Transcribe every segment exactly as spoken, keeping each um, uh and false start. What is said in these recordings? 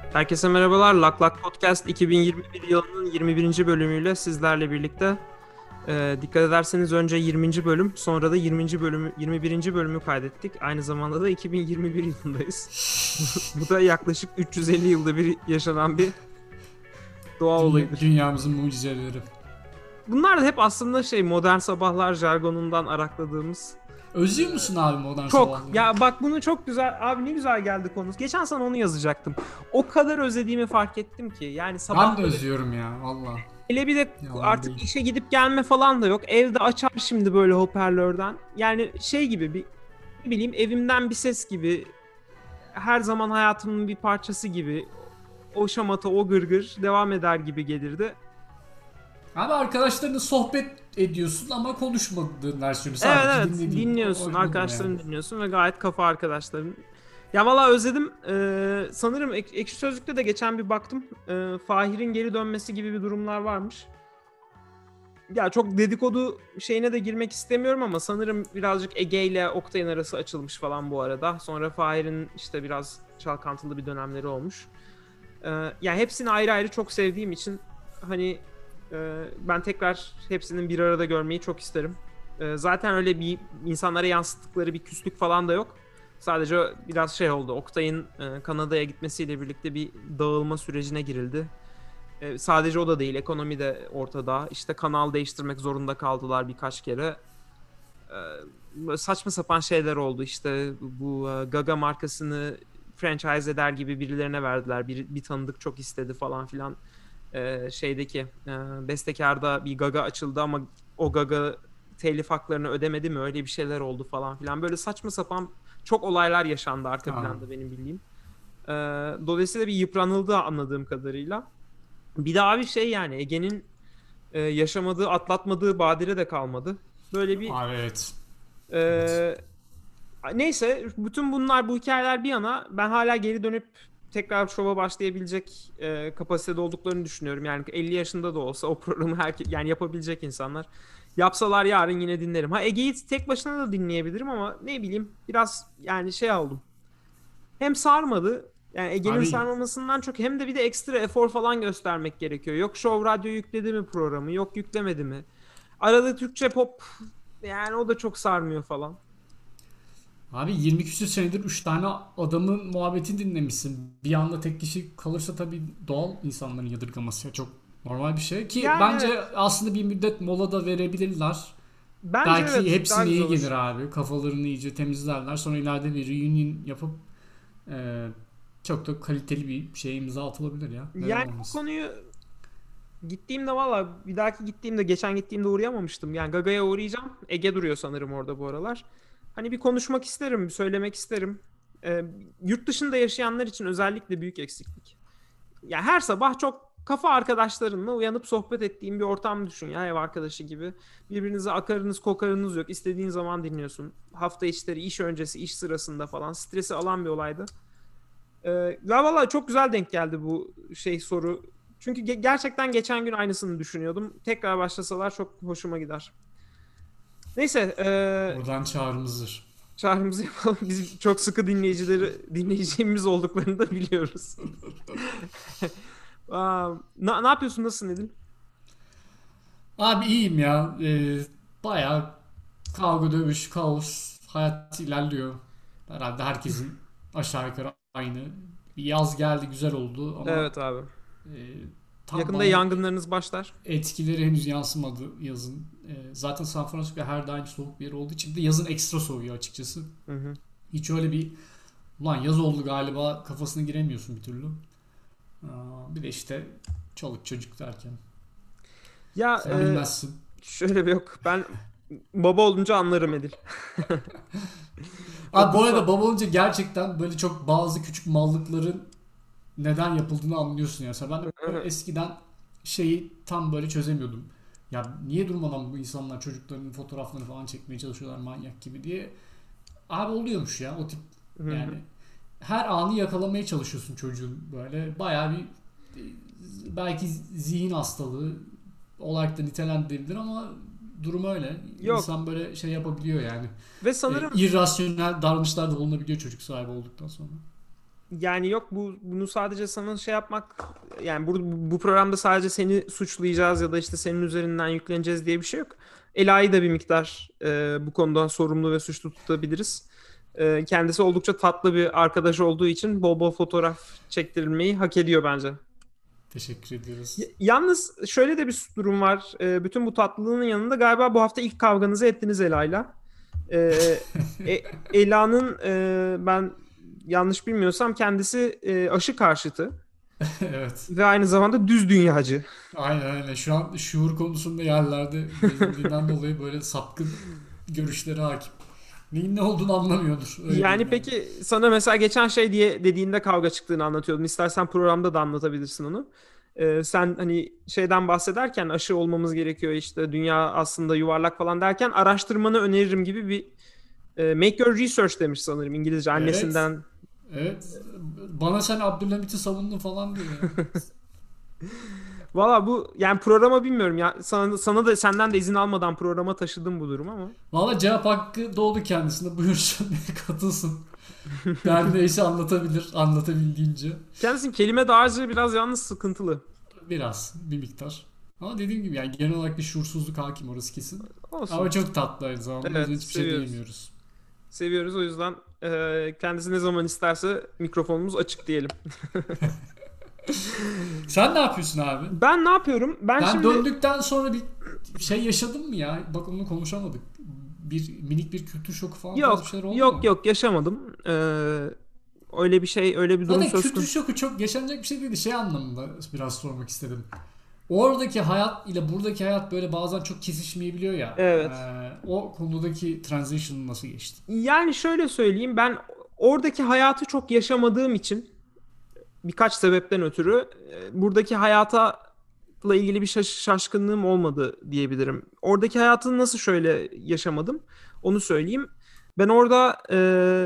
Herkese merhabalar. Lak Lak Podcast iki bin yirmi bir yılının yirmi birinci bölümüyle sizlerle birlikte. Ee, dikkat ederseniz önce yirminci bölüm, sonra da yirminci bölümü, yirmi birinci bölümü kaydettik. Aynı zamanda da iki bin yirmi bir yılındayız. Bu da yaklaşık üç yüz elli yılda bir yaşanan bir doğa Dünya, olayıdır. dünyamızın mucizeleri. Bunlar da hep aslında şey modern sabahlar jargonundan arakladığımız. Özlüyor musun abi modern Çok. sabahları? Ya bak bunu çok güzel. Abi ne güzel geldi konu. Geçen sana onu yazacaktım. O kadar özlediğimi fark ettim ki. Yani Ben de sabahları. özlüyorum ya valla. Hele bir de Yalan artık değil. işe gidip gelme falan da yok. Evde açar şimdi böyle hoparlörden. Yani şey gibi bir ne bileyim evimden bir ses gibi. Her zaman hayatımın bir parçası gibi. O şamata, o gırgır devam eder gibi gelirdi. Abi arkadaşlarınla sohbet ediyorsun ama konuşmadığın versiyonu Evet sadece evet dinlediğin. O, dinliyorsun. o budur yani. Arkadaşlarını dinliyorsun ve gayet kafa arkadaşların. Ya valla özledim. Ee, sanırım Ek- Ekşi Sözlük'te de geçen bir baktım. Ee, Fahir'in geri dönmesi gibi bir durumlar varmış. Ya çok dedikodu şeyine de girmek istemiyorum ama sanırım birazcık Ege ile Oktay'ın arası açılmış falan bu arada. Sonra Fahir'in işte biraz çalkantılı bir dönemleri olmuş. Ee, yani hepsini ayrı ayrı çok sevdiğim için hani e, ben tekrar hepsinin bir arada görmeyi çok isterim. Ee, zaten öyle bir insanlara yansıttıkları bir küslük falan da yok. Sadece biraz şey oldu. Oktay'ın e, Kanada'ya gitmesiyle birlikte bir dağılma sürecine girildi. E, sadece o da değil, ekonomi de ortada. İşte kanal değiştirmek zorunda kaldılar birkaç kere. E, saçma sapan şeyler oldu. İşte bu e, Gaga markasını franchise eder gibi birilerine verdiler. Bir, bir tanıdık çok istedi falan filan. E, şeydeki e, Bestekar'da bir Gaga açıldı ama o Gaga telif haklarını ödemedi mi? Öyle bir şeyler oldu falan filan. Böyle saçma sapan çok olaylar yaşandı arka Aa. planda benim bildiğim. E, dolayısıyla bir yıpranıldı anladığım kadarıyla. Bir de abi şey yani Ege'nin e, yaşamadığı, atlatmadığı badire de kalmadı. Böyle bir Abi evet. Evet. e, neyse bütün bunlar bu hikayeler bir yana ben hala geri dönüp tekrar şova başlayabilecek e, kapasitede olduklarını düşünüyorum. Yani elli yaşında da olsa o programı herke yani yapabilecek insanlar. Yapsalar yarın yine dinlerim. Ha Ege'yi tek başına da dinleyebilirim ama ne bileyim biraz yani şey aldım. Hem sarmadı. Yani Ege'nin Abi sarmamasından çok hem de bir de ekstra efor falan göstermek gerekiyor. Yok Show Radyo yükledi mi programı? Yok yüklemedi mi? Arada Türkçe pop yani o da çok sarmıyor falan. abi yirmi küsur senedir üç tane adamın muhabbetini dinlemişsin. Bir anda tek kişi kalırsa tabii doğal insanların yadırgaması. Çok normal bir şey ki Yani bence evet. aslında bir müddet mola da verebilirler. Bence Belki evet daha hepsine güzel iyi olur. gelir abi. Kafalarını iyice temizlerler. Sonra ileride bir reunion yapıp e, çok da kaliteli bir şey imza atılabilir ya. Neden Yani bu olmasın? konuyu gittiğimde valla bir dahaki gittiğimde geçen gittiğimde uğrayamamıştım. Yani Gaga'ya uğrayacağım. Ege duruyor sanırım orada bu aralar. Hani bir konuşmak isterim, bir söylemek isterim. Ee, yurt dışında yaşayanlar için özellikle büyük eksiklik. Ya her sabah çok kafa arkadaşlarınla uyanıp sohbet ettiğin bir ortam düşün ya ev arkadaşı gibi. Birbirinize akarınız kokarınız yok. İstediğin zaman dinliyorsun. Hafta içleri, iş öncesi, iş sırasında falan stresi alan bir olaydı. Ee, ya vallahi çok güzel denk geldi bu şey soru. Çünkü ge- gerçekten geçen gün aynısını düşünüyordum. Tekrar başlasalar çok hoşuma gider. Neyse, ee, Buradan çağrımızdır. çağrımızı yapalım. Biz çok sıkı dinleyicileri, dinleyeceğimiz olduklarını da biliyoruz. Aa, na- ne yapıyorsun? Nasılsın Edil? Abi iyiyim ya. E, bayağı kavga, dövüş, kaos. Hayat ilerliyor. Herhalde herkesin aşağı yukarı aynı. Bir yaz geldi güzel oldu ama Evet abi. e, tam Yakında bana yangınlarınız başlar. etkileri henüz yansımadı yazın. E, zaten San Francisco her daim soğuk bir yer olduğu için bir de yazın ekstra soğuyor açıkçası. Hı hı. Hiç öyle bir ulan yaz oldu galiba kafasına giremiyorsun bir türlü. Aa, bir de işte çoluk çocuk derken. Ya Sen e, bilmezsin. şöyle bir yok. Ben baba olunca anlarım Edil. Abi bu Okul arada son. baba olunca gerçekten böyle çok bazı küçük mallıkların neden yapıldığını anlıyorsun ya. Mesela ben de böyle eskiden şeyi tam böyle çözemiyordum. Ya niye durmadan bu insanlar çocuklarının fotoğraflarını falan çekmeye çalışıyorlar manyak gibi diye. Abi oluyormuş ya o tip yani her anı yakalamaya çalışıyorsun çocuğun böyle bayağı bir belki zihin hastalığı olarak da nitelendirilir ama durum öyle. Yok. İnsan böyle şey yapabiliyor yani. Ve E, sanırım irrasyonel davranışlarda bulunabiliyor çocuk sahibi olduktan sonra. Yani yok, bu bunu sadece sana şey yapmak, yani bu, bu programda sadece seni suçlayacağız ya da işte senin üzerinden yükleneceğiz diye bir şey yok. Ela'yı da bir miktar e, bu konuda sorumlu ve suçlu tutabiliriz. E, kendisi oldukça tatlı bir arkadaş olduğu için bol bol fotoğraf çektirilmeyi hak ediyor bence. Teşekkür Y- ediyoruz. Yalnız şöyle de bir durum var. E, bütün bu tatlılığın yanında galiba bu hafta ilk kavganızı ettiniz Ela'yla. E, E- Ela'nın, e, ben yanlış bilmiyorsam kendisi e, aşı karşıtı Evet. ve aynı zamanda düz dünyacı. Aynen aynen. Şu an şuur konusunda yerlerde gezindiğinden dolayı böyle sapkın görüşlere hakim. Neyin ne olduğunu anlamıyordur. Öyle Yani diyeyim yani. peki sana mesela geçen şey diye dediğinde kavga çıktığını anlatıyordum. İstersen programda da anlatabilirsin onu. E, sen hani şeyden bahsederken, aşı olmamız gerekiyor işte, dünya aslında yuvarlak falan derken, araştırmanı öneririm gibi bir e, make your research demiş sanırım İngilizce Evet. annesinden. Evet. Bana sen Abdülhamit'i savundun falan diyor ya. Valla bu yani programa bilmiyorum ya, sana, sana da senden de izin almadan programa taşıdım bu durum ama. Valla cevap hakkı doğdu kendisine. Buyursun katılsın. Derdiyse anlatabilir. Anlatabildiğince. Kendisinin kelime dağarcığı biraz yalnız sıkıntılı. Biraz. Bir miktar. Ama dediğim gibi yani genel olarak bir şuursuzluk hakim orası kesin. Ama Olsun. çok tatlı aynı zamanda. O yüzden Evet, hiçbir şey seviyoruz. diyemiyoruz. Seviyoruz, o yüzden e, kendisi ne zaman isterse mikrofonumuz açık diyelim. Sen ne yapıyorsun abi? Ben ne yapıyorum? Ben Ben şimdi döndükten sonra bir şey yaşadın mı ya? Bak onu konuşamadık. Bir minik bir kültür şoku falan tarzı bir yok şeyler oldu yok mu? yok yaşamadım. Ee, öyle bir şey, öyle bir durum Zaten söz kültür konusu. şoku çok yaşanacak bir şey değil. Şey anlamında biraz sormak istedim. Oradaki hayat ile buradaki hayat böyle bazen çok kesişmeyebiliyor ya. Evet. Ee, o konudaki transition nasıl geçti? Yani şöyle söyleyeyim, ben oradaki hayatı çok yaşamadığım için, birkaç sebepten ötürü e, buradaki hayata ilgili bir şaş- şaşkınlığım olmadı diyebilirim. Oradaki hayatı nasıl şöyle yaşamadım, onu söyleyeyim. Ben orada e,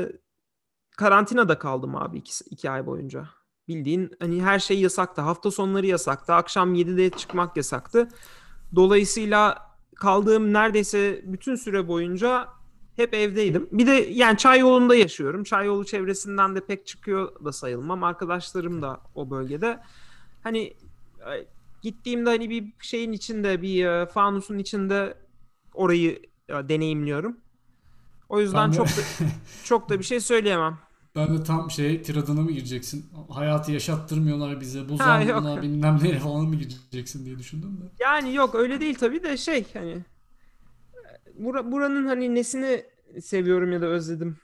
karantinada kaldım abi, iki, iki ay boyunca. Bildiğin hani her şey yasaktı. Hafta sonları yasaktı. Akşam yedide çıkmak yasaktı. Dolayısıyla kaldığım neredeyse bütün süre boyunca hep evdeydim. Bir de yani çay yolunda yaşıyorum. Çay yolu çevresinden de pek çıkıyor da sayılmam. Arkadaşlarım da o bölgede. Hani e, gittiğimde hani bir şeyin içinde, bir e, fanusun içinde orayı e, deneyimliyorum. O yüzden Ben de çok da çok da bir şey söyleyemem. ben de tam şey tiradına mı gireceksin? Hayatı yaşattırmıyorlar bize. Bu Ha yok. zamla bilmem neye falan mı gireceksin diye düşündüm de. Yani yok, öyle değil tabii de, şey hani bura- buranın hani nesini seviyorum ya da özledim.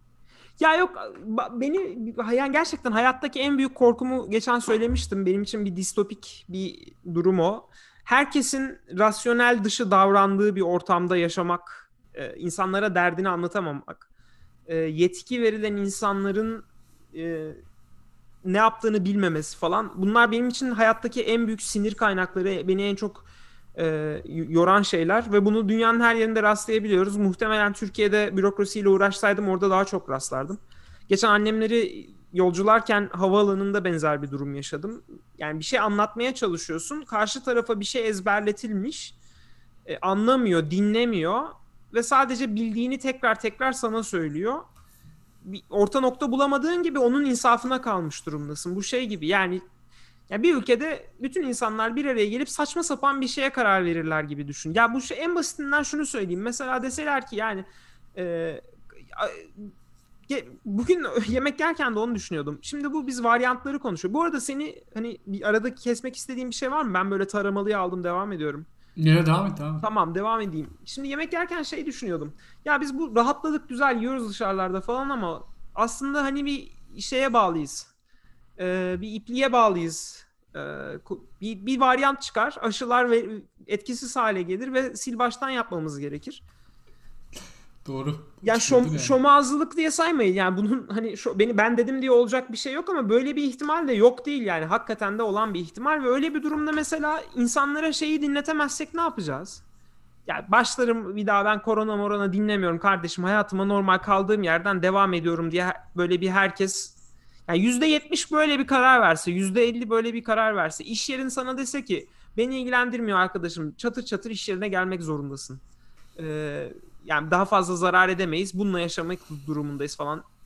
Ya yok, ba- beni yani gerçekten hayattaki en büyük korkumu geçen söylemiştim. Benim için bir distopik bir durum o. Herkesin rasyonel dışı davrandığı bir ortamda yaşamak, e, insanlara derdini anlatamamak, e, yetki verilen insanların e, ne yaptığını bilmemesi falan. Bunlar benim için hayattaki en büyük sinir kaynakları, beni en çok e, yoran şeyler ve bunu dünyanın her yerinde rastlayabiliyoruz. Muhtemelen Türkiye'de bürokrasiyle uğraşsaydım orada daha çok rastlardım. Geçen annemleri yolcularken havaalanında benzer bir durum yaşadım. Yani bir şey anlatmaya çalışıyorsun. Karşı tarafa bir şey ezberletilmiş. E, anlamıyor, dinlemiyor ve sadece bildiğini tekrar tekrar sana söylüyor. Bir orta nokta bulamadığın gibi onun insafına kalmış durumdasın. Bu şey gibi yani, ya bir ülkede bütün insanlar bir araya gelip saçma sapan bir şeye karar verirler gibi düşün. Ya bu şey, en basitinden şunu söyleyeyim. Mesela deseler ki yani e, bugün yemek yerken de onu düşünüyordum. Şimdi bu biz varyantları konuşuyor. Bu arada seni hani bir arada kesmek istediğim bir şey var mı? Ben böyle taramalıyı aldım, devam ediyorum. Yine devam et devam et. Tamam, devam edeyim. Şimdi yemek yerken şey düşünüyordum. Ya biz bu rahatladık, güzel yiyoruz dışarılarda falan ama aslında hani bir şeye bağlıyız. Ee, bir ipliğe bağlıyız. Ee, bir, bir varyant çıkar. Aşılar ve etkisiz hale gelir ve sil baştan yapmamız gerekir. Doğru. Ya Çıkıyordur şom, yani. şomazlılık diye saymayın. Yani bunun hani şu, beni ben dedim diye olacak bir şey yok ama böyle bir ihtimal de yok değil yani. Hakikaten de olan bir ihtimal ve öyle bir durumda mesela insanlara şeyi dinletemezsek ne yapacağız? Ya başlarım bir daha, ben korona morona dinlemiyorum kardeşim, hayatıma normal kaldığım yerden devam ediyorum diye böyle bir herkes, yani yüzde yetmiş böyle bir karar verse, yüzde elli böyle bir karar verse, iş yerin sana dese ki beni ilgilendirmiyor arkadaşım, çatır çatır iş yerine gelmek zorundasın. Ee, yani daha fazla zarar edemeyiz, bununla yaşamak durumundayız falan.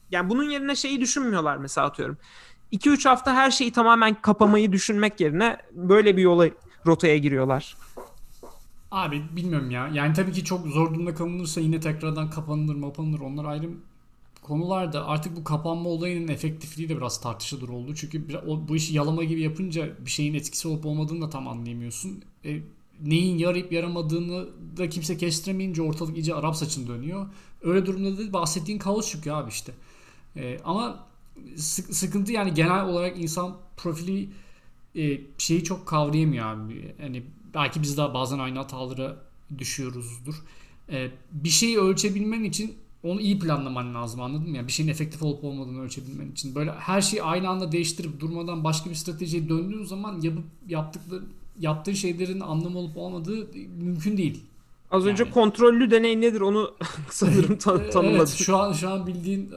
Yani bunun yerine şeyi düşünmüyorlar mesela, atıyorum. iki üç hafta her şeyi tamamen kapamayı düşünmek yerine böyle bir yola, rotaya giriyorlar. Abi bilmiyorum ya. Yani tabii ki çok zor durumda kalınırsa yine tekrardan kapanılır mapanılır. Onlar ayrı konular da, artık bu kapanma olayının efektifliği de biraz tartışılır oldu. Çünkü o, bu işi yalama gibi yapınca bir şeyin etkisi olup olmadığını da tam anlayamıyorsun. E, neyin yarayıp yaramadığını da kimse kestiremeyince ortalık iyice Arap saçın dönüyor. Öyle durumda da bahsettiğin kaos çıkıyor abi işte. E, ama sık, sıkıntı yani genel olarak insan profili e, şeyi çok kavrayamıyor abi. Yani belki biz daha bazen aynı hatalara düşüyoruzdur. E, bir şeyi ölçebilmen için onu iyi planlaman lazım, anladın mı? Ya bir şeyin efektif olup olmadığını ölçebilmen için. Böyle her şeyi aynı anda değiştirip durmadan başka bir stratejiye döndüğün zaman yapıp yaptıkları yaptığı şeylerin anlamı olup olmadığı mümkün değil. Az önce Yani kontrollü deney nedir onu sanırım ta- evet, tanımladım. şu an şu an bildiğin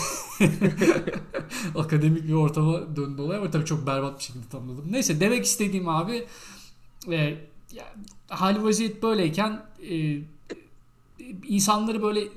akademik bir ortama döndü olay ama tabii çok berbat bir şekilde tanımladım. Neyse, demek istediğim abi, e, ya, hal vaziyet böyleyken e, insanları böyle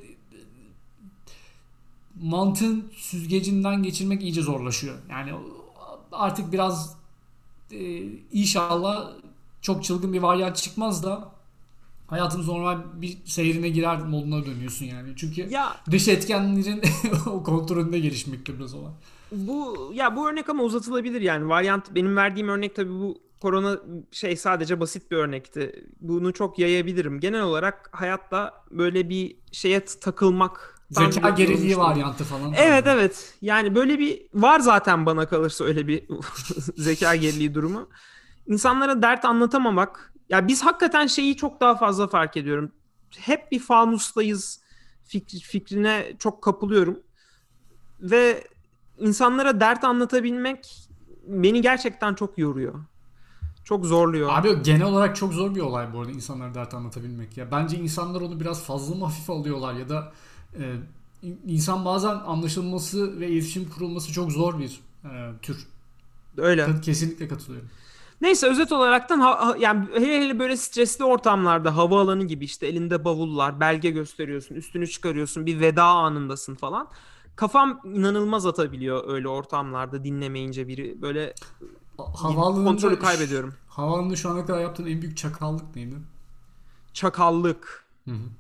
mantığın süzgecinden geçirmek iyice zorlaşıyor. Yani artık biraz e, inşallah çok çılgın bir varyant çıkmaz da hayatımız normal bir seyrine girer moduna dönüyorsun yani. Çünkü Ya dış etkenlerin o kontrolünde gelişmekte biraz olan. bu ya bu örnek ama uzatılabilir yani. Varyant, benim verdiğim örnek tabii bu korona şey sadece basit bir örnekti. Bunu çok yayabilirim. Genel olarak hayatta böyle bir şeye t- takılmaktan Zeka yo- geriliği yorulmuş durumda. varyantı falan Evet, tarzı. evet. Yani böyle bir var zaten, bana kalırsa öyle bir zeka geriliği durumu. İnsanlara dert anlatamamak. Ya biz hakikaten şeyi çok daha fazla fark ediyorum. Hep bir fanustayız fikri- fikrine çok kapılıyorum. Ve insanlara dert anlatabilmek beni gerçekten çok yoruyor. Çok zorluyor. Abi genel olarak çok zor bir olay bu arada, insanlara dert anlatabilmek ya. Bence insanlar onu biraz fazla mı hafife alıyorlar ya da e, insan bazen anlaşılması ve iletişim kurulması çok zor bir e, tür. Öyle. Ka- Kesinlikle katılıyorum. Neyse, özet olaraktan ha- ha- yani hele hele böyle stresli ortamlarda, havaalanı gibi, işte elinde bavullar, belge gösteriyorsun, üstünü çıkarıyorsun, bir veda anındasın falan. Kafam inanılmaz atabiliyor öyle ortamlarda, dinlemeyince biri böyle, kontrolü Havaalanında ş- kaybediyorum. havaalanında şu ana kadar yaptığın en büyük çakallık neydi? Çakallık. Hı hı.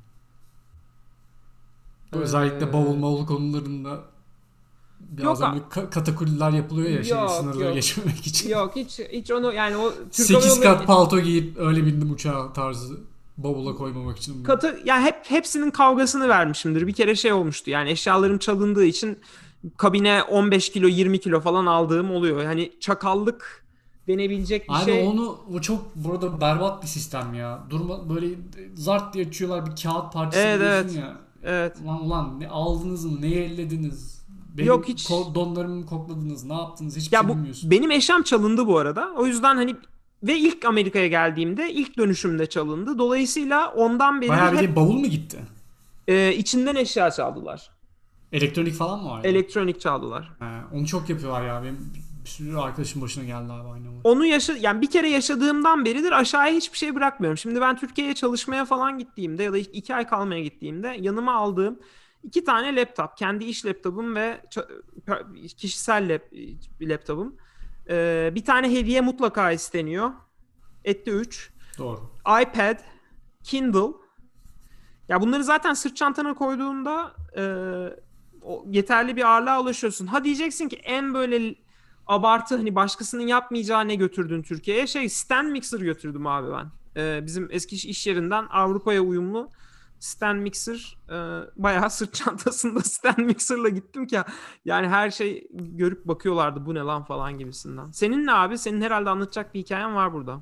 Bu özellikle bavul Ee, mavul konularında yok bazen böyle ka- katakulliler yapılıyor ya, şey, yok sınırları yok. geçmemek için. Yok, hiç hiç onu yani, o Türk Hava Sekiz Yolları kat palto giyip öyle bindim uçağa tarzı, bavula koymamak için. katı ya, hep hepsinin kavgasını vermişimdir. Bir kere şey olmuştu yani, eşyalarım çalındığı için kabine on beş kilo yirmi kilo falan aldığım oluyor. Yani çakallık denebilecek bir Abi şey. onu, o çok burada berbat bir sistem ya. Durma böyle zart diye açıyorlar, bir kağıt parçası Evet, buluyorsun evet. ya. Evet. Ulan ulan, ne aldınız mı? Neyi ellediniz? Benim Yok, hiç. ko- donlarımı mı kokladınız? Ne yaptınız? Hiçbir Ya şey bu bilmiyorsun. benim eşyam çalındı bu arada. O yüzden hani, ve ilk Amerika'ya geldiğimde ilk dönüşümde çalındı. Dolayısıyla ondan beridir Bayağı hep bildiğin bavul mu gitti? e, içinden eşya çaldılar. Elektronik falan mı vardı? Elektronik çaldılar. He, onu çok yapıyorlar ya. Benim bir sürü arkadaşım başına geldi abi aynı olay. Onu yaşa yani bir kere yaşadığımdan beridir aşağıya hiçbir şey bırakmıyorum. Şimdi ben Türkiye'ye çalışmaya falan gittiğimde ya da iki ay kalmaya gittiğimde yanıma aldığım iki tane laptop, kendi iş laptopum ve kişisel lap, laptopum. Ee, bir tane hediye mutlaka isteniyor. Etti üç. Doğru. iPad, Kindle. Ya bunları zaten sırt çantana koyduğunda e, o yeterli bir ağırlığa ulaşıyorsun. Ha diyeceksin ki, en böyle abartı, hani başkasının yapmayacağı ne götürdün Türkiye'ye? Şey, stand mixer götürdüm abi ben. E, bizim eski iş yerinden Avrupa'ya uyumlu stand mixer, e, bayağı sırt çantasında stand mixer'la gittim ki yani her şey görüp bakıyorlardı, bu ne lan falan gibisinden. Senin ne abi? Senin herhalde anlatacak bir hikayen var burada.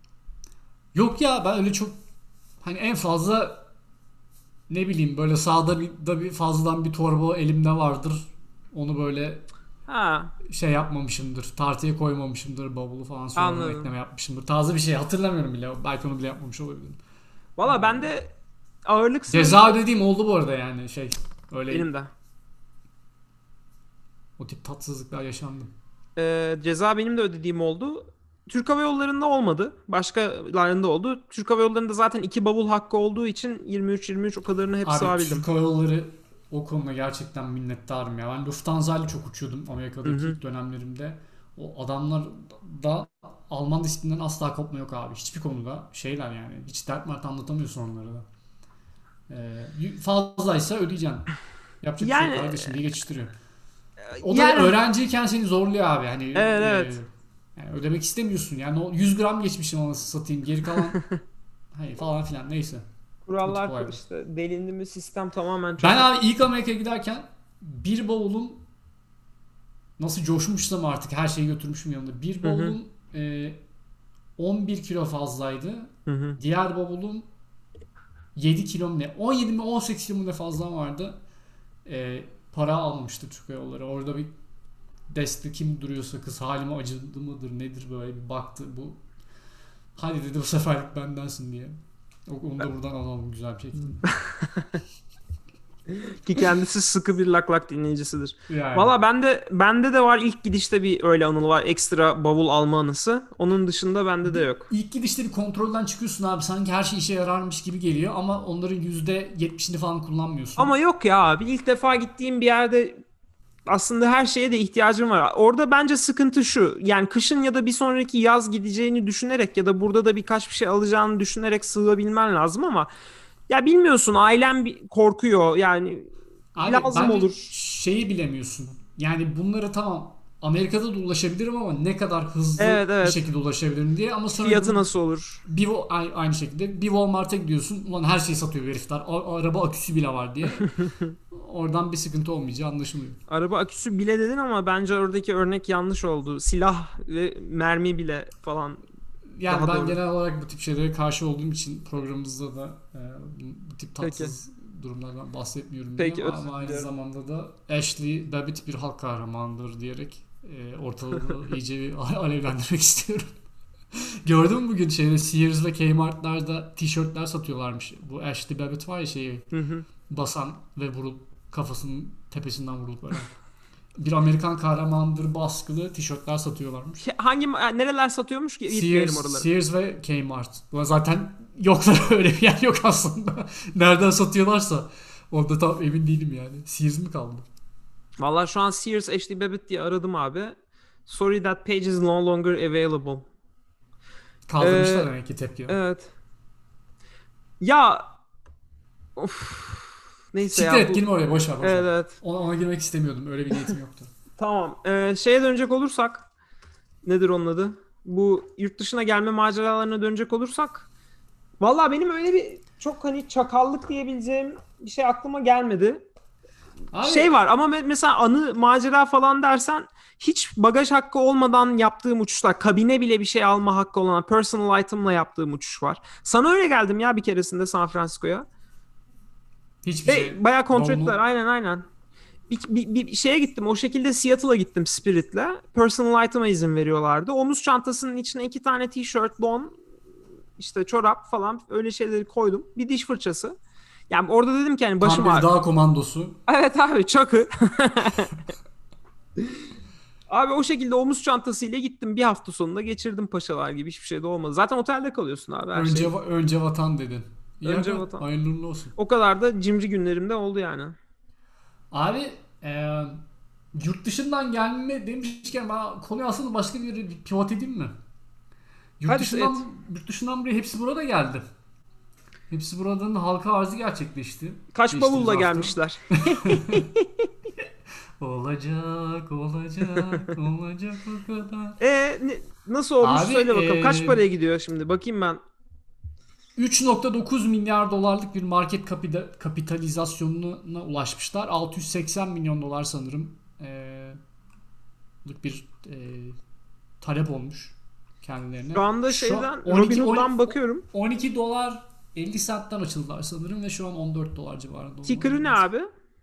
Yok ya, ben öyle çok, hani en fazla ne bileyim, böyle sağda bir, da bir fazladan bir torba elimde vardır. Onu böyle Ha, şey yapmamışımdır. Tartıya koymamışımdır bavulu falan, sonradan anladım. ekleme yapmışımdır. Taze bir şey hatırlamıyorum bile. Belki onu bile yapmamış olabilirim. Valla ben de ağırlık Ceza sınırı ödediğim oldu bu arada, yani şey. Öyle benim de. o tip tatsızlıklar yaşandı. Ee, ceza benim de ödediğim oldu. Türk Hava Yolları'nda olmadı. Başkalarında oldu. Türk Hava Yolları'nda zaten iki bavul hakkı olduğu için yirmi üç yirmi üç o kadarını hep Abi sığabildim. Türk Hava Yolları o konuda gerçekten minnettarım ya. Ben Lufthansa ile çok uçuyordum Hı Amerika'daki hı. ilk dönemlerimde. O adamlar da Alman disiplinden asla kopma yok abi. Hiçbir konuda şeyler yani. Hiç dert mert anlatamıyorsun onlara da. Ee, fazlaysa ödeyeceksin. Yapacak bir şey yok Yani kardeşim diye geçiştiriyor. O da yani öğrenciyken seni zorluyor abi. Hani evet e, evet. yani ödemek istemiyorsun. Yani o yüz gram geçmişim anasını satayım. Geri kalan hayır falan filan neyse. Bu tip Kurallar kur- olaylar. işte delindi mi sistem tamamen Ben çöker. abi ilk Amerika'ya giderken bir bavulum nasıl coşmuşsam artık her şeyi götürmüşüm yanımda. Bir Hı hı. bavulum e, on bir kilo fazlaydı. Hı hı. Diğer bavulum yedi kilo mu ne? on yedi mi on sekiz kilo mu ne fazla vardı. E, para almamıştı Türk Hava Yolları. Orada bir deste kim duruyorsa kız halime acıdı mıdır nedir böyle bir baktı. Bu hadi dedi bu seferlik bendensin diye. Onu da buradan alalım güzel bir şekilde. Ki kendisi sıkı bir Lak Lak dinleyicisidir. Yani. Valla bende bende de var, ilk gidişte bir öyle anıl var. Ekstra bavul alma anısı. Onun dışında bende de Bir, yok. ilk gidişte bir kontrolden çıkıyorsun abi. Sanki her şey işe yararmış gibi geliyor ama onların yüzde yetmişini falan kullanmıyorsun. Ama yok ya abi, ilk defa gittiğim bir yerde aslında her şeye de ihtiyacım var. Orada bence sıkıntı şu. Yani kışın ya da bir sonraki yaz gideceğini düşünerek ya da burada da birkaç bir şey alacağını düşünerek sığabilmen lazım ama ya bilmiyorsun, ailem bir korkuyor. Yani Abi lazım bence olur. şeyi bilemiyorsun. Yani bunları tamam Amerika'da da ulaşabilirim ama ne kadar hızlı Evet bir evet. şekilde ulaşabilirim diye ama sonra Fiyatı bunu nasıl olur? bir Wa- ay- aynı şekilde bir Walmart'a gidiyorsun. Ulan her şeyi satıyor bu herifler. A- araba aküsü bile var diye. Oradan bir sıkıntı olmayacağı anlaşılıyor. Araba aküsü bile dedin ama bence oradaki örnek yanlış oldu. Silah ve mermi bile falan Yani daha ben doğru. genel olarak bu tip şeylere karşı olduğum için programımızda da e, bu tip Peki. tatsız durumlardan bahsetmiyorum Peki, diyeyim özür ama aynı diliyorum. zamanda da Ashley Babbitt bir halk kahramanıdır diyerek e, ortalığı iyice bir alevlendirmek istiyorum. Gördün mü bugün şeyde Sears ve Kmart'larda tişörtler satıyorlarmış. Bu Ashley Babbitt var ya şeyi Hı hı. basan ve vurup kafasının tepesinden vurulup ölen. Bir Amerikan kahramandır baskılı tişörtler satıyorlarmış. Şey, hangi ma- nereler satıyormuş ki, Sears, gitmeyelim oralara. Sears ve Kmart. Bu zaten yoksa öyle bir yer yok aslında. Nereden satıyorlarsa. Orada tam emin değilim yani. Sears mi kaldı? Vallahi şu an Sears Ashley Babbitt diye aradım abi. Sorry, that page is no longer available. Kaldırmışlar Ee, demek ki tepki. evet. Ya of. Neyse Siktir ya et bu. girme oraya boş ver boş ver. Evet evet. Ona, ona girmek istemiyordum. Öyle bir niyetim yoktu. Tamam. Ee, şeye dönecek olursak, nedir onun adı? Bu yurt dışına gelme maceralarına dönecek olursak, valla benim öyle bir çok hani çakallık diyebileceğim bir şey aklıma gelmedi. Şey Abi var ama me- mesela anı macera falan dersen, hiç bagaj hakkı olmadan yaptığım uçuşlar, kabine bile bir şey alma hakkı olan personal item'la yaptığım uçuş var. Sana öyle geldim ya bir keresinde San Francisco'ya. hiçbir şey Ve bayağı kontrol ettiler, bavulun aynen aynen. Bir, bir, bir şeye gittim, o şekilde Seattle'a gittim Spirit'le. Personal item'a izin veriyorlardı. Omuz çantasının içine iki tane tişört, don, işte çorap falan öyle şeyleri koydum. Bir diş fırçası. Yani orada dedim ki hani tam başım bir ağrı. dağ komandosu. Evet abi, çakı. Abi o şekilde omuz çantasıyla gittim. Bir hafta sonunda geçirdim paşalar gibi, hiçbir şey de olmadı. Zaten otelde kalıyorsun abi, her Önce şey. va- önce vatan dedin. İyi Önce aga, vatan. hayırlı uğurlu olsun. O kadar da cimri günlerimde oldu yani. Abi e, yurt dışından gelme demişken ben konuyu aslında başka bir yere bir pivot edeyim mi? Yurt Hadi et. dışından yurt dışından buraya hepsi burada geldi. Hepsi buradan halka arzı gerçekleşti. Kaç Geçtiğimiz bavulla hafta. gelmişler. Olacak, olacak, olacak bu kadar. E ne- nasıl olmuş Abi söyle bakalım. Kaç e, paraya gidiyor şimdi? Bakayım ben. üç nokta dokuz milyar dolarlık bir market kapita- kapitalizasyonuna ulaşmışlar. altı yüz seksen milyon dolar sanırım. E, bir e, talep olmuş kendilerine. Şu anda Şu an şeyden, on iki, Robinhood'dan bakıyorum. on iki dolar elli centten açıldılar sanırım ve şu an on dört dolar civarında. Ticker'ı ne abi?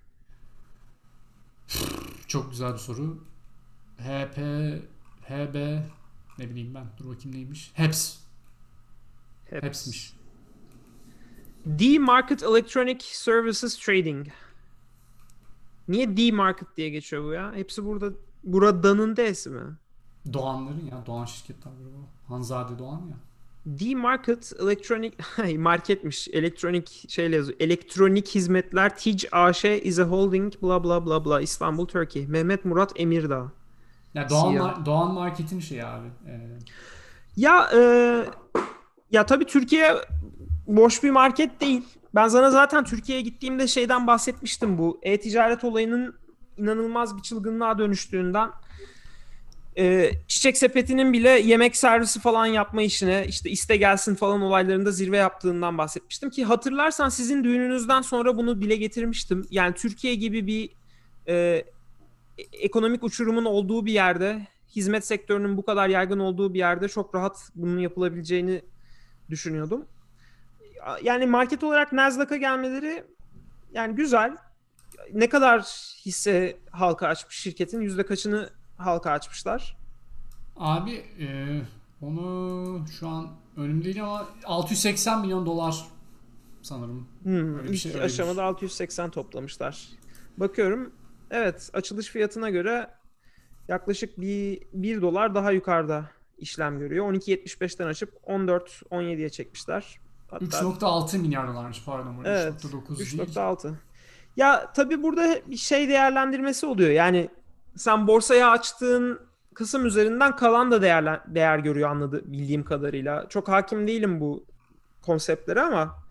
Çok güzel bir soru. H P, H B ne bileyim ben. Dur bakayım neymiş. Heps. Hep. Hepsmiş. D-Market Electronic Services Trading. Niye D-Market diye geçiyor bu ya? Hepsi burada. Buradanın D'si mi? Doğanların ya. Doğan şirketler grubu. Hanzade Doğan ya. D-Market Electronic marketmiş. Elektronik şeyle yazıyor. Elektronik Hizmetler T İ C A Ş is a holding bla bla bla bla İstanbul, Turkey. Mehmet Murat Emirdağ Ya Doğan, C E O. Mar- Doğan Market'in şeyi abi. Ee, Ya e, ya tabii Türkiye boş bir market değil. Ben sana zaten Türkiye'ye gittiğimde şeyden bahsetmiştim, bu e-ticaret olayının inanılmaz bir çılgınlığa dönüştüğünden. Ee, Çiçek Sepeti'nin bile yemek servisi falan yapma işine, işte iste gelsin falan olaylarında zirve yaptığından bahsetmiştim ki hatırlarsan sizin düğününüzden sonra bunu dile getirmiştim. Yani Türkiye gibi bir e, ekonomik uçurumun olduğu bir yerde, hizmet sektörünün bu kadar yaygın olduğu bir yerde çok rahat bunun yapılabileceğini düşünüyordum. Yani market olarak Nasdaq'a gelmeleri yani güzel. Ne kadar hisse halka açmış şirketin? Yüzde kaçını halka açmışlar? Abi e, onu şu an önümde değil ama altı yüz seksen milyon dolar sanırım. Hmm, Öyle bir şey, ilk öyle bir. aşamada altı yüz seksen toplamışlar. Bakıyorum. Evet, açılış fiyatına göre yaklaşık bir, bir dolar daha yukarıda işlem görüyor. on iki yetmiş beşten açıp on dört on yediye çekmişler. Hatta üç nokta altı milyar dolarmış, pardon, bu evet, üç nokta dokuz değil. üç nokta altı. Ya tabii burada bir şey değerlendirmesi oluyor. Yani sen borsaya açtığın kısım üzerinden kalan da değerlen değer görüyor, anladı bildiğim kadarıyla. Çok hakim değilim bu konseptlere ama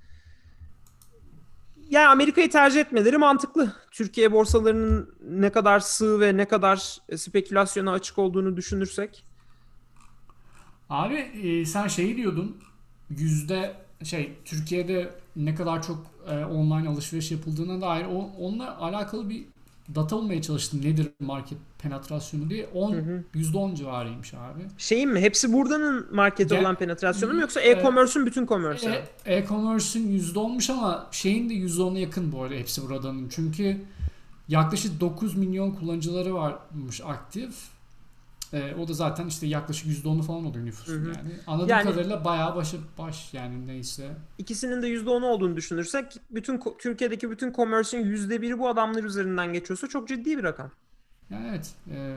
yani Amerika'yı tercih etmeleri mantıklı. Türkiye borsalarının ne kadar sığ ve ne kadar spekülasyona açık olduğunu düşünürsek. Abi e, sen şeyi diyordun, yüzde şey Türkiye'de ne kadar çok e, online alışveriş yapıldığına dair o, onunla alakalı bir data bulmaya çalıştım. Nedir market penetrasyonu diye. Hı on hı. yüzde on civarıymış abi. Şeyin mi? Hepsi buradanın markete Ge- olan penetrasyonu mu, yoksa e, e-commerce'ün bütün commerce'e mi? e- E-commerce'ün yüzde olmuş ama şeyin de yüzde ona yakın bu arada, hepsi buradanın. Çünkü yaklaşık dokuz milyon kullanıcıları varmış aktif. E, o da zaten işte yaklaşık yüzde onu falan oluyor Hı nüfusun hı. yani. Anladığım Yani kadarıyla bayağı başı baş yani, neyse. ikisinin de yüzde onu olduğunu düşünürsek, bütün ko- Türkiye'deki bütün commerce'in yüzde biri bu adamlar üzerinden geçiyorsa çok ciddi bir rakam. Yani evet. E,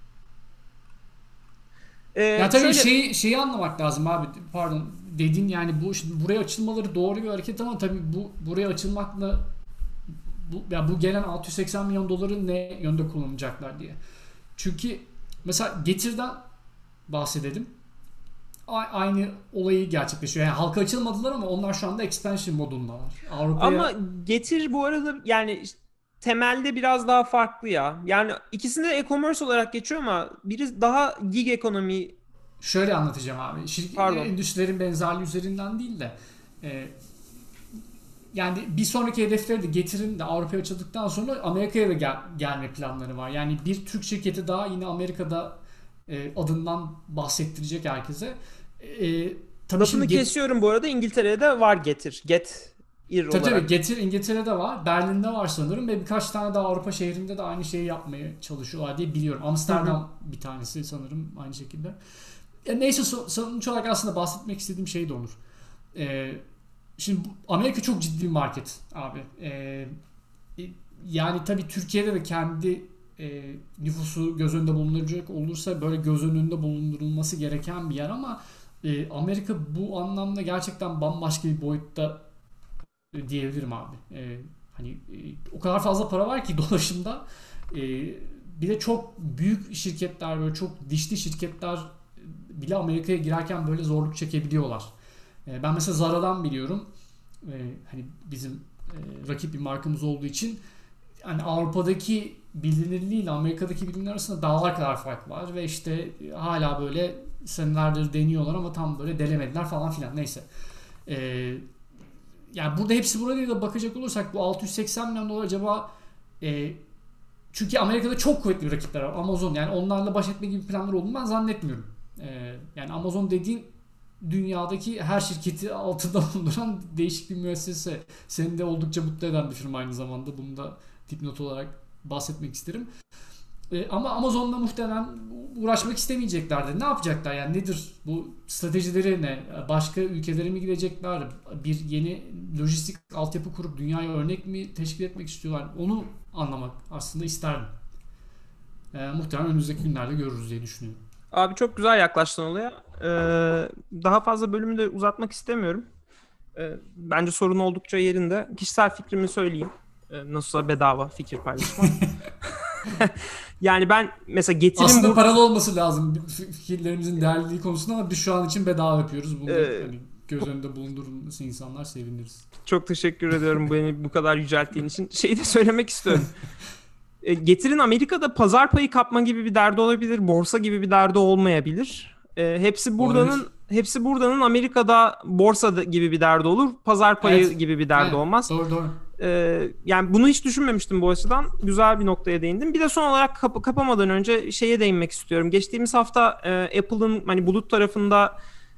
ya Ee, tabii şöyle şeyi şeyi anlamak lazım abi. Pardon. Dedin yani, bu şimdi buraya açılmaları doğru bir hareket ama tabii bu buraya açılmakla bu, ya bu gelen altı yüz seksen milyon doları ne yönde kullanacaklar diye. Çünkü mesela Getir'den bahsedelim. Aynı olayı gerçekleşiyor. Yani halka açılmadılar ama onlar şu anda expansion modundalar. ama Avrupa'ya Getir bu arada yani temelde biraz daha farklı ya. Yani ikisinde e-commerce olarak geçiyor ama biri daha gig ekonomi, şöyle anlatacağım abi. Şirket, pardon. endüstrilerin benzerliği üzerinden değil de e, yani bir sonraki hedefleri de Getir'in de Avrupa'ya açıldıktan sonra Amerika'ya da gel, gelme planları var. Yani bir Türk şirketi daha yine Amerika'da e, adından bahsettirecek herkese. E, tabii Lafını şimdi Get, kesiyorum bu arada, İngiltere'de var Getir. Get Ir tabii tabii olarak. Getir İngiltere'de var. Berlin'de var sanırım ve birkaç tane daha Avrupa şehrinde de aynı şeyi yapmaya çalışıyorlar diye biliyorum. Hı hı. Amsterdam bir tanesi sanırım aynı şekilde. E, neyse, so- sonuç olarak aslında bahsetmek istediğim şey de olur. E, şimdi bu- Amerika çok ciddi bir market abi. E, e, yani tabii Türkiye'de de kendi e, nüfusu göz önünde bulunduracak olursa böyle göz önünde bulundurulması gereken bir yer ama e, Amerika bu anlamda gerçekten bambaşka bir boyutta e, diyebilirim abi. E, hani e, o kadar fazla para var ki dolaşımda. E, bir de çok büyük şirketler, böyle çok dişli şirketler bile Amerika'ya girerken böyle zorluk çekebiliyorlar. E, ben mesela Zara'dan biliyorum. E, hani bizim e, rakip bir markamız olduğu için hani Avrupa'daki bilinirliği ile Amerika'daki bilinirliği arasında dağlar kadar fark var ve işte hala böyle senelerdir deniyorlar ama tam böyle delemediler falan filan, neyse. Ee, yani burada hepsi burada da bakacak olursak bu altı yüz seksen milyon dolar acaba e, çünkü Amerika'da çok kuvvetli bir rakipler var. Amazon, yani onlarla baş etme gibi planlar olduğunu ben zannetmiyorum. Ee, yani Amazon dediğin dünyadaki her şirketi altında bulunduran değişik bir müessese. Seni de oldukça mutlu eden bir firma aynı zamanda. Bunu da dipnot olarak bahsetmek isterim. E, ama Amazon'la muhtemelen uğraşmak istemeyeceklerdi. Ne yapacaklar yani, nedir bu stratejileri, ne? Başka ülkelere mi gidecekler? Bir yeni lojistik altyapı kurup dünyaya örnek mi teşkil etmek istiyorlar? Onu anlamak aslında isterdim. E, muhtemelen önümüzdeki günlerde görürüz diye düşünüyorum. Abi çok güzel yaklaştın olaya. Ee, daha fazla bölümü de uzatmak istemiyorum. Ee, bence sorun oldukça yerinde. Kişisel fikrimi söyleyeyim. Ee, nasılsa bedava fikir paylaşmak. Yani ben mesela getirim Aslında bu... paralı olması lazım fikirlerimizin değerliliği konusunda ama biz şu an için bedava yapıyoruz. Bunu Ee, hani göz önünde bulundurması insanlar seviniriz. Çok teşekkür ediyorum beni bu kadar yücelttiğin için. Şeyi de söylemek istiyorum. E, Getir'in Amerika'da pazar payı kapma gibi bir derdi olabilir. Borsa gibi bir derdi olmayabilir. E, hepsi buradanın Olabilir. hepsi buradanın Amerika'da borsa da- gibi bir derdi olur. Pazar payı Evet. gibi bir derdi Evet. olmaz. Doğru doğru. E, yani bunu hiç düşünmemiştim bu açıdan. Güzel bir noktaya değindim. Bir de son olarak kap- kapamadan önce şeye değinmek istiyorum. Geçtiğimiz hafta e, Apple'ın hani bulut tarafında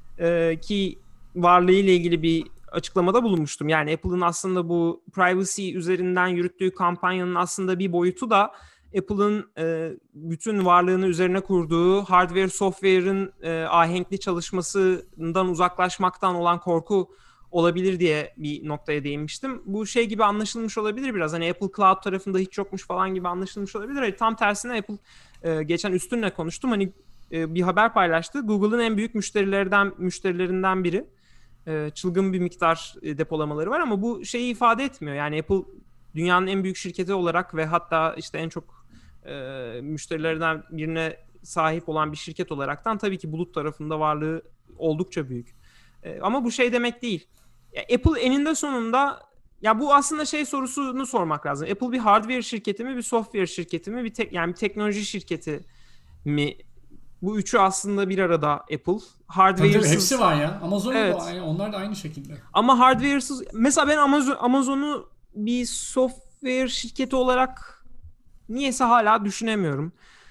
e, ki varlığı ile ilgili bir açıklamada bulunmuştum. Yani Apple'ın aslında bu privacy üzerinden yürüttüğü kampanyanın aslında bir boyutu da Apple'ın e, bütün varlığını üzerine kurduğu hardware, software'ın e, ahenkli çalışmasından uzaklaşmaktan olan korku olabilir diye bir noktaya değinmiştim. Bu şey gibi anlaşılmış olabilir biraz. Hani Apple Cloud tarafında hiç yokmuş falan gibi anlaşılmış olabilir. Hani tam tersine Apple e, geçen Üstün'le konuştum. Hani e, bir haber paylaştı. Google'ın en büyük müşterilerinden müşterilerinden biri. E, çılgın bir miktar e, depolamaları var ama bu şeyi ifade etmiyor. Yani Apple dünyanın en büyük şirketi olarak ve hatta işte en çok e, müşterilerinden birine sahip olan bir şirket olaraktan tabii ki bulut tarafında varlığı oldukça büyük. E, ama bu şey demek değil. Ya Apple eninde sonunda, ya bu aslında şey sorusunu sormak lazım. Apple bir hardware şirketi mi, bir software şirketi mi, bir tek yani bir teknoloji şirketi mi? Bu üçü aslında bir arada Apple. Tabii tabii hepsi Hardware'sız. var ya. Amazon'da da Evet. aynı, onlar da aynı şekilde. Ama hardware'sız. Mesela ben Amazon Amazon'u bir software şirketi olarak niyeyse hala düşünemiyorum.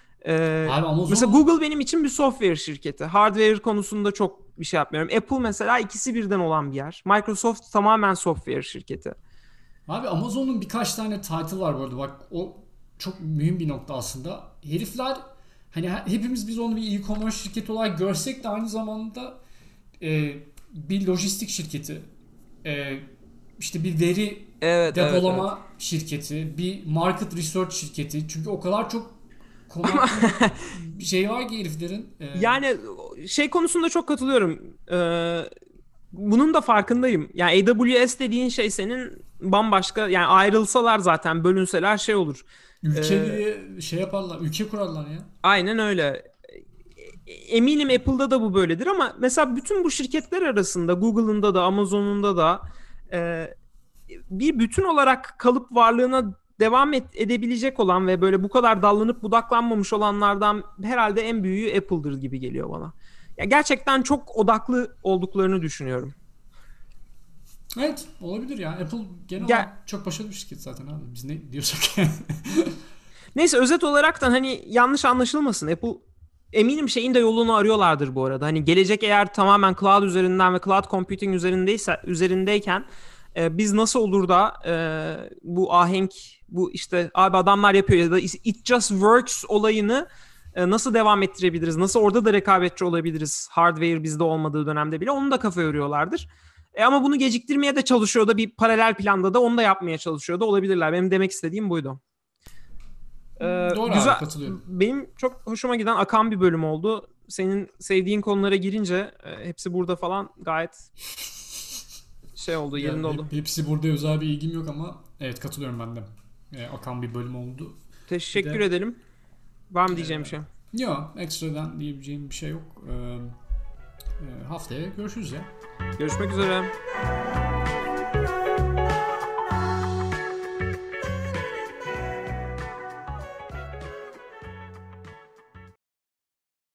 Ee, Abi mesela Amazon Google benim için bir software şirketi. Hardware konusunda çok bir şey yapmıyorum. Apple mesela ikisi birden olan bir yer. Microsoft tamamen software şirketi. Abi Amazon'un birkaç tane title var bu arada. Bak o çok mühim bir nokta aslında. Herifler hani hepimiz biz onu bir e-commerce şirketi olarak görsek de aynı zamanda e, bir lojistik şirketi, e, işte bir veri Evet, evet, evet. depolama şirketi, bir market research şirketi. Çünkü o kadar çok konaklı bir şey var ki heriflerin. E, Yani şey konusunda çok katılıyorum. Ee, bunun da farkındayım. Yani A W S dediğin şey senin bambaşka, yani ayrılsalar zaten, bölünseler şey olur. ülke Ee, diye şey yaparlar, ülke kurarlar ya. aynen öyle. Eminim Apple'da da bu böyledir ama mesela bütün bu şirketler arasında Google'ın da Amazon'un da e, bir bütün olarak kalıp varlığına devam et, edebilecek olan ve böyle bu kadar dallanıp budaklanmamış olanlardan herhalde en büyüğü Apple'dır gibi geliyor bana. Ya gerçekten çok odaklı olduklarını düşünüyorum. Evet olabilir ya. Apple genel Ya, olarak çok başarılı bir şirket zaten abi. Biz ne diyorsak yani. neyse, özet olarak da hani yanlış anlaşılmasın. Apple eminim şeyin de yolunu arıyorlardır bu arada. Hani gelecek eğer tamamen cloud üzerinden ve cloud computing üzerindeyse üzerindeyken e, biz nasıl olur da e, bu ahenk, bu işte abi adamlar yapıyor ya da it just works olayını e, nasıl devam ettirebiliriz? Nasıl orada da rekabetçi olabiliriz? Hardware bizde olmadığı dönemde bile onu da kafa yoruyorlardır. E, ama bunu geciktirmeye de çalışıyor da bir paralel planda da onu da yapmaya çalışıyor da olabilirler. Benim demek istediğim buydu. Ee, Doğru güzel. abi katılıyorum. Benim çok hoşuma giden, akan bir bölüm oldu. Senin sevdiğin konulara girince e, hepsi burada falan gayet şey oldu, yerinde Yani oldu. hep, hepsi burada özel bir ilgim yok ama evet katılıyorum ben de. Ee, akan bir bölüm oldu. Bir Teşekkür de edelim. Var mı e, diyeceğim bir şey? yok ekstradan diyebileceğim bir şey yok. Ee, e, haftaya görüşürüz ya. Görüşmek üzere.